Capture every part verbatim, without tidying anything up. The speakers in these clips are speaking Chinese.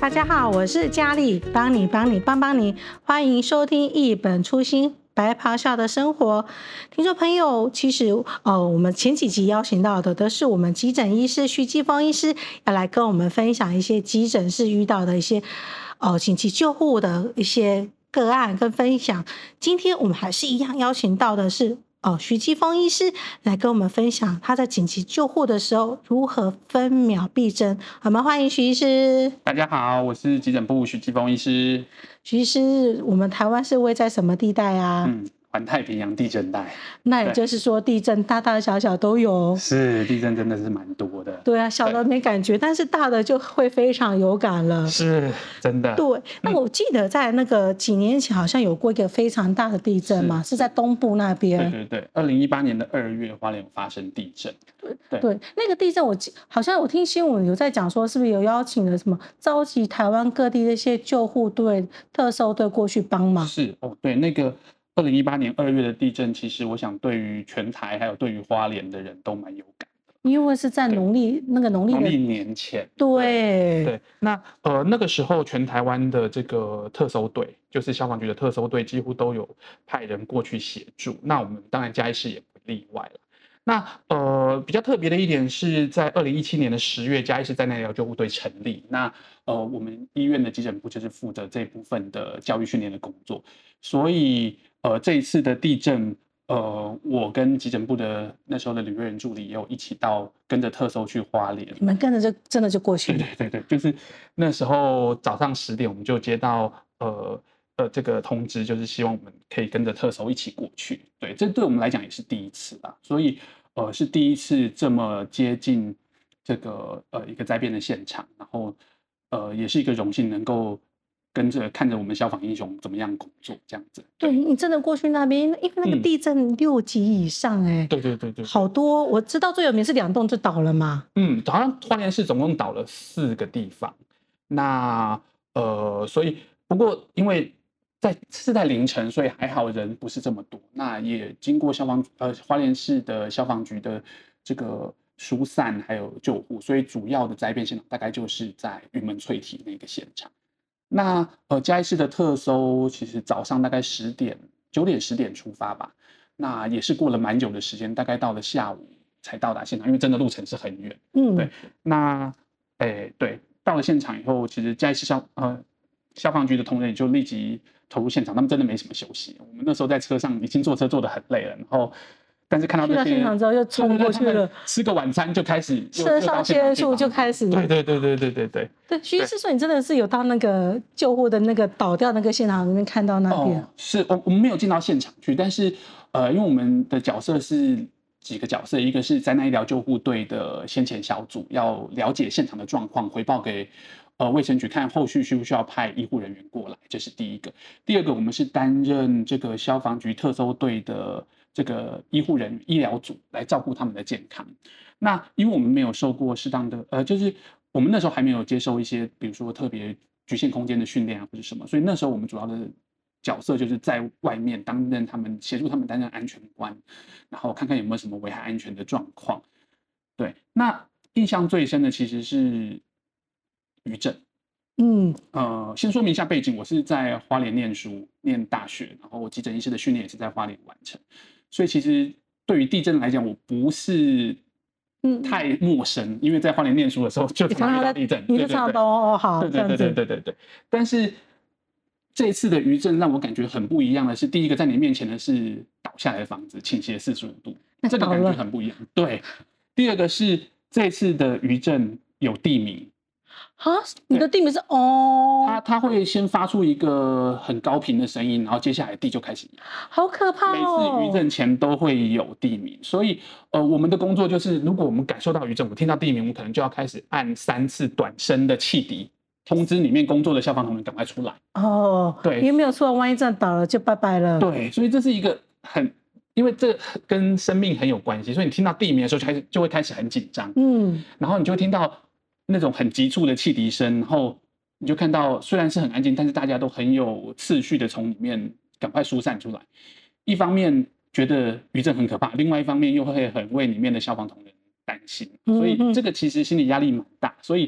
大家好，我是佳丽，帮你帮你帮帮你，欢迎收听一本初心白袍下的生活。听众朋友，其实呃，我们前几集邀请到的都是我们急诊医师徐继峰医师，要来跟我们分享一些急诊室遇到的一些呃紧急救护的一些个案跟分享。今天我们还是一样邀请到的是哦，徐继峰医师来跟我们分享他在紧急救护的时候如何分秒必争。我们欢迎徐医师。 大家好，我是急诊部徐继峰医师。 徐医师，我们台湾是位在什么地带啊？ 嗯，环太平洋地震带。 那也就是说，地震大大小小都有。 是，地震真的是蛮多的。 对啊，小的没感觉，但是大的就会非常有感了。 是，真的。 对，那我记得在那个几年前好像有过一个非常大的地震嘛，是, 是在东部那边。 对对对，二零一八年的二月，花莲有发生地震。 对 对, 对，那个地震我好像我听新闻有在讲说，是不是有邀请了什么召集台湾各地的一些救护队、特搜队过去帮忙？ 是哦，对，那个二零一八年二月的地震，其实我想对于全台还有对于花莲的人都蛮有感的， 因为是在农历那个农历农历年前。 对对, 对，那呃那个时候全台湾的这个特搜队，就是消防局的特搜队，几乎都有派人过去协助。那我们当然嘉义市也不例外了。那呃比较特别的一点是在二零一七年的十月，嘉义市灾难医疗救护队成立。那呃我们医院的急诊部就是负责这部分的教育训练的工作，所以呃这一次的地震，呃我跟急诊部的那时候的吕瑞仁助理也有一起到跟着特搜去花莲。 你们跟着就真的就过去了？ 对对对对，就是那时候早上十点我们就接到呃呃这个通知，就是希望我们可以跟着特搜一起过去。对，这对我们来讲也是第一次啦，所以呃是第一次这么接近这个呃一个灾变的现场，然后呃也是一个荣幸能够跟着看着我们消防英雄怎么样工作这样子。 对，你真的过去那边，因为那个地震六级以上哎、欸嗯， 对对对对， 好多。我知道最有名是两栋就倒了嘛。 嗯，好像花莲市总共倒了四个地方。那呃，所以不过因为在是在凌晨，所以还好人不是这么多。那也经过消防呃花莲市的消防局的这个疏散还有救护，所以主要的灾变现场大概就是在云门翠堤那个现场。那呃嘉义市的特搜其实早上大概十点九点十点出发吧，那也是过了蛮久的时间，大概到了下午才到达现场，因为真的路程是很远。嗯，对。那诶对，到了现场以后，其实嘉义市消呃消防局的同仁也就立即投入现场，他们真的没什么休息。我们那时候在车上已经坐车坐得很累了，然后但是看到这些去到现场之后又冲过去了， 吃个晚餐就开始车上接触就开始。 对对对对对对对。 对，徐医师说你真的是有到那个救护的那个倒掉那个现场里面看到那边？ 哦、是我我们没有进到现场去，但是呃，因为我们的角色是几个角色，一个是灾难医疗救护队的先遣小组，要了解现场的状况，回报给呃卫生局看后续需不需要派医护人员过来，这是第一个。第二个，我们是担任这个消防局特搜队的这个医护人员医疗组来照顾他们的健康。那因为我们没有受过适当的呃，就是我们那时候还没有接受一些比如说特别局限空间的训练啊或者什么，所以那时候我们主要的角色就是在外面担任他们协助他们担任安全官，然后看看有没有什么危害安全的状况。对，那印象最深的其实是余震。嗯，呃，先说明一下背景，我是在花莲念书，念大学，然后我急诊医师的训练也是在花莲完成，所以其实对于地震来讲，我不是太陌生，嗯、因为在花莲念书的时候就常常遇到地震， 你就常常都哦好， 对对对对对对对。但是这一次的余震让我感觉很不一样的是，第一个在你面前的是倒下来的房子，倾斜四十五度，这个感觉很不一样。对，第二个是这次的余震有地鸣。 啊，你的地名是哦， 它它会先发出一个很高频的声音，然后接下来地就开始， 好可怕哦！ 每次余震前都会有地鸣，所以呃，我们的工作就是，如果我们感受到余震，我们听到地鸣，我们可能就要开始按三次短声的汽笛，通知里面工作的消防同仁赶快出来。 哦，对，因为没有出来，万一震倒了就拜拜了。 对，所以这是一个很，因为这跟生命很有关系，所以你听到地鸣的时候就开始就会开始很紧张，嗯，然后你就会听到那种很急促的汽笛声，然后你就看到虽然是很安静，但是大家都很有次序的从里面赶快疏散出来。一方面觉得余震很可怕，另外一方面又会很为里面的消防同仁担心，所以这个其实心理压力蛮大。所以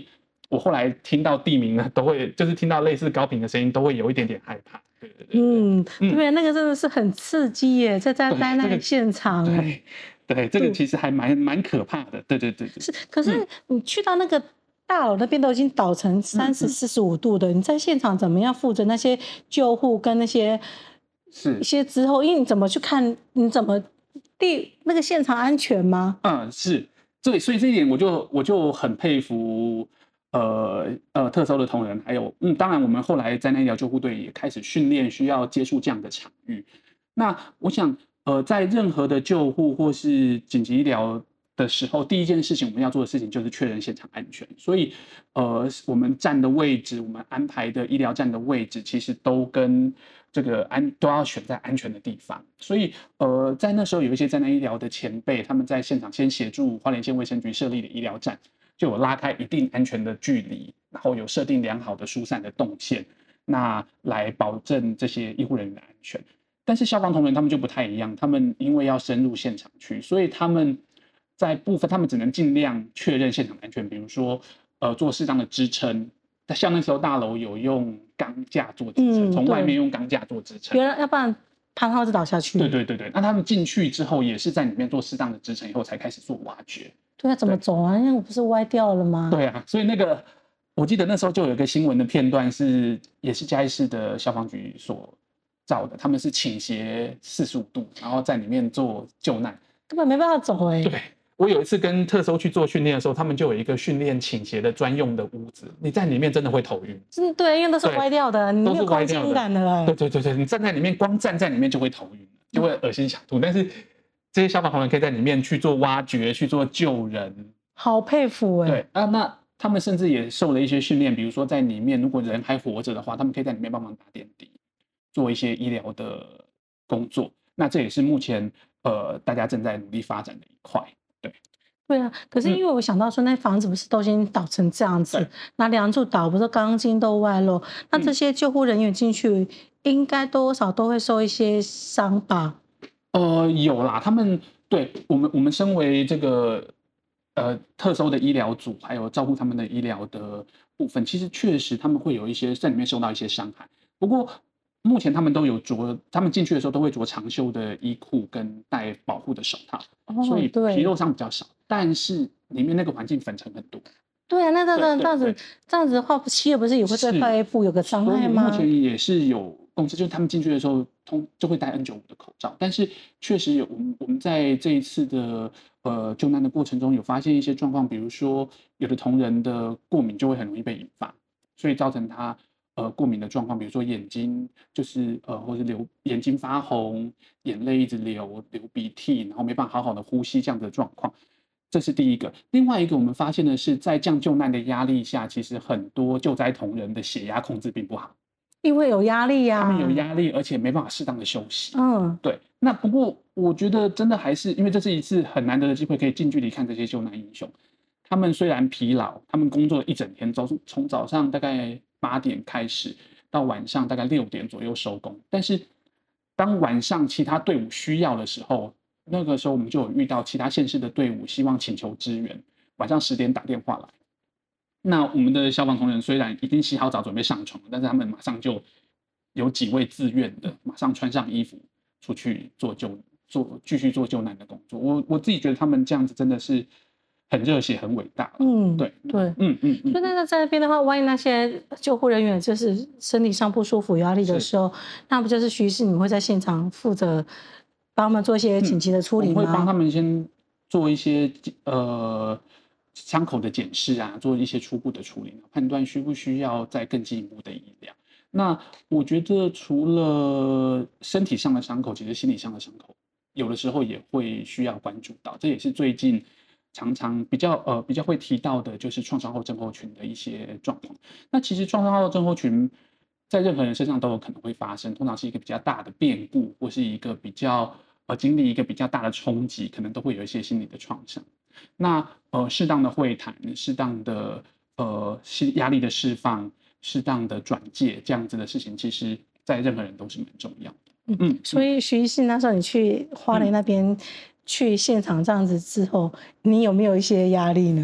我后来听到地名呢，都会就是听到类似高频的声音，都会有一点点害怕。对对对， 嗯，对，那个真的是很刺激耶，在在灾难现场。 对对，这个其实还蛮蛮可怕的。对对对对。 是，可是你去到那个大楼那边都已经倒成三十、四十五度的，你在现场怎么样负责那些救护跟那些是一些之后，因为你怎么去看，你怎么地那个现场安全吗？ 嗯，是，对，所以这一点我就我就很佩服。呃呃，特搜的同仁，还有嗯，当然我们后来灾难医疗救护队也开始训练，需要接触这样的场域。那我想，呃，在任何的救护或是紧急医疗的时候，第一件事情我们要做的事情就是确认现场安全。所以，呃，我们站的位置，我们安排的医疗站的位置，其实都跟这个安都要选在安全的地方。所以，呃，在那时候有一些灾难医疗的前辈，他们在现场先协助花莲县卫生局设立的医疗站。就有拉开一定安全的距离，然后有设定良好的疏散的动线，那来保证这些医护人员的安全。但是消防同仁他们就不太一样，他们因为要深入现场去，所以他们在部分他们只能尽量确认现场安全，比如说呃做适当的支撑。像那时候大楼有用钢架做支撑，从、嗯、外面用钢架做支撑， 要不然怕他会倒下去。 对对对对，那他们进去之后也是在里面做适当的支撑以后才开始做挖掘。 对啊，怎么走啊？那个不是歪掉了吗？ 对啊，所以那个我记得那时候就有一个新闻的片段是，也是嘉义市的消防局所照的，他们是倾斜四十五度，然后在里面做救难， 根本没办法走哎、欸。 对，我有一次跟特搜去做训练的时候，他们就有一个训练倾斜的专用的屋子，你在里面真的会头晕。 嗯，对，因为都是歪掉的，你没有空间感的了。 对对对对，你站在里面，光站在里面就会头晕，就会恶心想吐。但是这些消防同仁可以在里面去做挖掘，去做救人。 好佩服哎、 欸！对啊，那他们甚至也受了一些训练，比如说在里面，如果人还活着的话，他们可以在里面帮忙打点滴，做一些医疗的工作。那这也是目前呃大家正在努力发展的一块。对， 对啊。可是因为我想到说，那房子不是都已经倒成这样子，那梁柱倒，不是钢筋都外露，那这些救护人员进去，应该多少都会受一些伤吧？ 呃，有啦，他们对我们我们身为这个。呃，特搜的医疗组还有照顾他们的医疗的部分，其实确实他们会有一些在里面受到一些伤害。不过目前他们都有着，他们进去的时候都会着长袖的衣裤跟戴保护的手套，哦、所以皮肉伤比较少。但是里面那个环境粉尘很多。 对啊，那这样这样子这样子的话，企业不是也会对肺部有个伤害吗？ 目前也是有公司，就是他们进去的时候，通就会戴 N 九十五 的口罩。但是确实有，我们我们在这一次的呃救难的过程中，有发现一些状况，比如说有的同仁的过敏就会很容易被引发，所以造成他呃过敏的状况，比如说眼睛就是呃或是流眼睛发红，眼泪一直流，流鼻涕，然后没办法好好的呼吸这样的状况。这是第一个。另外一个，我们发现的是，在这样救难的压力下，其实很多救灾同仁的血压控制并不好， 因为有压力呀、啊， 他们有压力，而且没办法适当的休息。 嗯， 对。那不过，我觉得真的还是因为这是一次很难得的机会，可以近距离看这些救难英雄。他们虽然疲劳，他们工作了一整天，从从早上大概八点开始，到晚上大概六点左右收工。但是，当晚上其他队伍需要的时候，那个时候我们就有遇到其他县市的队伍希望请求支援，晚上十点打电话来。那我们的消防同仁虽然已经洗好澡准备上床，但是他们马上就有几位自愿的，马上穿上衣服出去做救做继续做救难的工作。我我自己觉得他们这样子真的是很热血、很伟大。 嗯， 对对， 嗯嗯嗯。 所以那在那边的话，万一那些救护人员就是身体上不舒服、有压力的时候，那不就是徐医师你们会在现场负责？帮他们做一些紧急的处理吗？ 嗯、我会帮他们先做一些呃伤口的检视啊，做一些初步的处理，判断需不需要再更进一步的医疗。那我觉得除了身体上的伤口，其实心理上的伤口有的时候也会需要关注到，这也是最近常常比较呃比较会提到的，就是创伤后症候群的一些状况。那其实创伤后症候群在任何人身上都有可能会发生，通常是一个比较大的变故，或是一个比较呃经历一个比较大的冲击，可能都会有一些心理的创伤。那呃适当的会谈，适当的呃压力的释放，适当的转介，这样子的事情，其实在任何人都是蛮重要的。 嗯嗯，所以徐医师那时候你去花莲那边、嗯、去现场这样子之后，你有没有一些压力呢？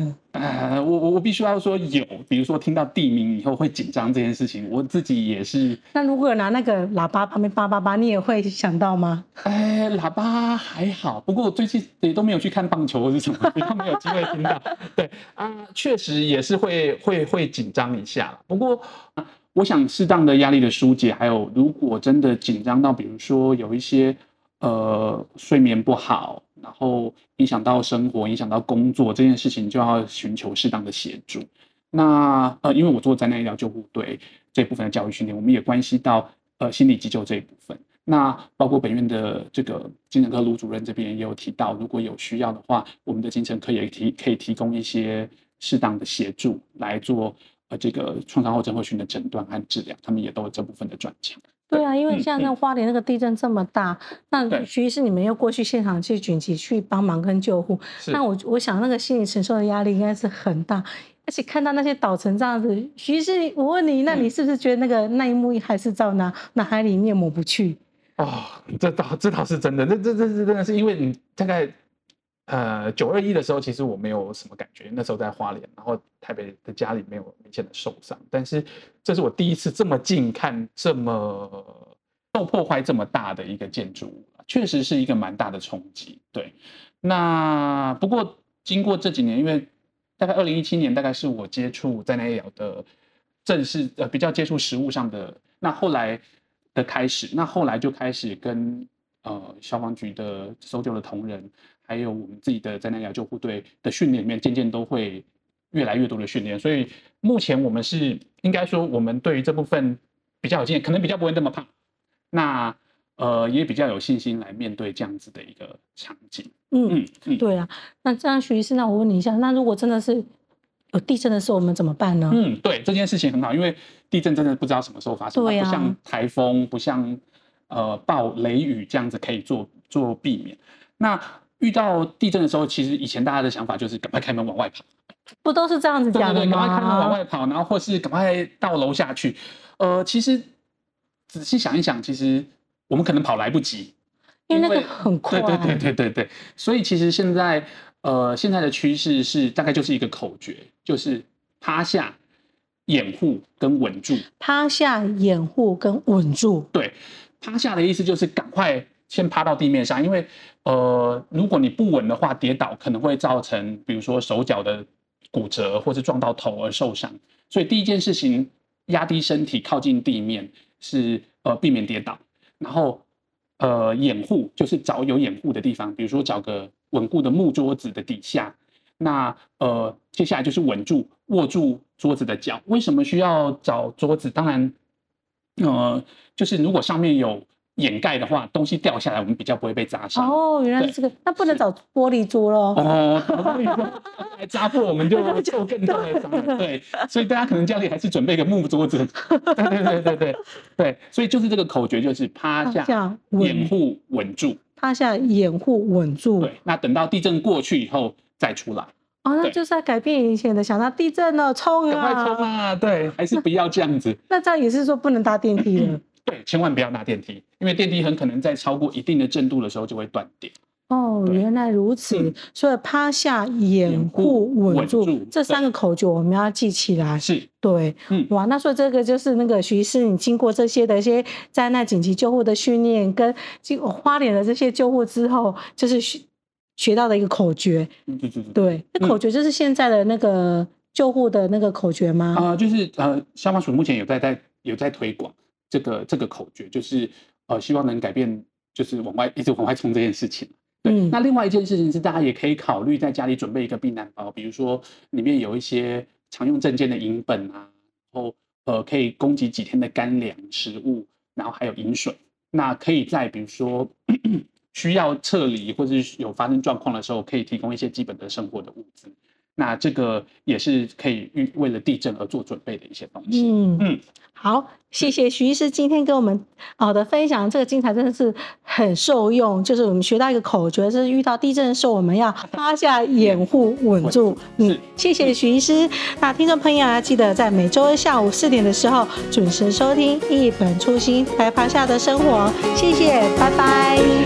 呃，我我我必须要说有，比如说听到地名以后会紧张这件事情，我自己也是。 那如果拿那个喇叭旁边叭叭叭，你也会想到吗？ 哎，喇叭还好，不过我最近也都没有去看棒球或是什么，比较没有机会听到。对啊，确实也是会会会紧张一下啦。不过、啊，我想适当的压力的疏解，还有如果真的紧张到，比如说有一些呃睡眠不好，然后影响到生活、影响到工作这件事情，就要寻求适当的协助。那呃，因为我做灾难医疗救护队这部分的教育训练，我们也关系到呃心理急救这一部分。那包括本院的这个精神科卢主任这边也有提到，如果有需要的话，我们的精神科也提可以提供一些适当的协助来做呃这个创伤后症候群的诊断和治疗，他们也都有这部分的专长。 对啊，因为像那花莲那个地震这么大，嗯、那徐医师你们又过去现场去紧急去帮忙跟救护，那我我想那个心理承受的压力应该是很大，而且看到那些倒成这样子，徐医师我问你，那你是不是觉得那个、嗯、那一幕还是照脑脑海里面抹不去？ 哦，这倒这倒是真的，这这这这真的是因为你大概呃九二一的时候，其实我没有什么感觉，那时候在花莲，然后台北的家里没有明显的受伤，但是这是我第一次这么近看这么受破坏这么大的一个建筑物，确实是一个蛮大的冲击。对，那不过经过这几年，因为大概二零一七年大概是我接触灾难医疗的正式呃比较接触实务上的，那后来的开始，那后来就开始跟呃消防局的搜救的同仁，还有我们自己的灾难医疗救护队的训练里面，渐渐都会越来越多的训练，所以目前我们是应该说我们对于这部分比较有经验，可能比较不会那么怕，那呃也比较有信心来面对这样子的一个场景。 嗯嗯嗯，对啊。那这样徐医师，那我问你一下，那如果真的是有地震的时候，我们怎么办呢？ 嗯，对，这件事情很好，因为地震真的不知道什么时候发生，对啊，不像台风，不像呃暴雷雨这样子可以做做避免。那遇到地震的时候，其实以前大家的想法就是赶快开门往外跑， 不都是这样子讲的吗？ 对对对，赶快开门往外跑，然后或是赶快到楼下去。呃，其实仔细想一想，其实我们可能跑来不及， 因为那个很快。 对对对对对对，所以其实现在呃现在的趋势是大概就是一个口诀，就是趴下、掩护跟稳住。趴下、掩护跟稳住。 对，趴下的意思就是赶快先趴到地面上，因为呃如果你不稳的话，跌倒可能会造成比如说手脚的骨折，或是撞到头而受伤。所以第一件事情，压低身体靠近地面是呃避免跌倒，然后呃掩护就是找有掩护的地方，比如说找个稳固的木桌子的底下。那呃接下来就是稳住握住桌子的脚。为什么需要找桌子？当然呃就是如果上面有掩盖的话，东西掉下来我们比较不会被砸伤。 哦，原来是这个，那不能找玻璃桌咯。 哦，玻璃桌来砸破我们就就更重的伤了。对，所以大家可能家里还是准备个木桌子。对对对对对对，所以就是这个口诀，就是趴下、掩护、稳住。 趴下、掩护、稳住。 对，那等到地震过去以后再出来。 哦，那就是要改变以前的想到地震了，冲啊！ 赶快冲啊！对，还是不要这样子。 那这样也是说不能搭电梯了。 对，千万不要搭电梯，因为电梯很可能在超过一定的震度的时候就会断电。 哦，原来如此。嗯、所以趴下、掩护、稳住这三个口诀我们要记起来。 是， 对，嗯，哇，那所以这个就是那个徐医师，你经过这些的一些灾难紧急救护的训练，跟经过花莲的这些救护之后，就是学学到的一个口诀。 嗯，对对对。 对，那口诀就是现在的那个救护的那个口诀吗？ 啊、呃，就是呃，消防署目前有在在有在推广。这个这个口诀就是呃，希望能改变，就是往外一直往外冲这件事情。对，嗯、那另外一件事情是，大家也可以考虑在家里准备一个避难包，比如说里面有一些常用证件的影本啊，然后呃可以供给几天的干粮食物，然后还有饮水。那可以在比如说咳咳需要撤离或者是有发生状况的时候，可以提供一些基本的生活的物资。那这个也是可以为了地震而做准备的一些东西。嗯嗯， 好，谢谢徐医师今天跟我们好的分享，这个精彩真的是很受用。就是我们学到一个口诀，是遇到地震的时候我们要趴下、掩护、稳住。嗯，谢谢徐医师。那听众朋友要记得在每周二下午四点的时候准时收听《一本初心白袍下的生活》。谢谢，拜拜。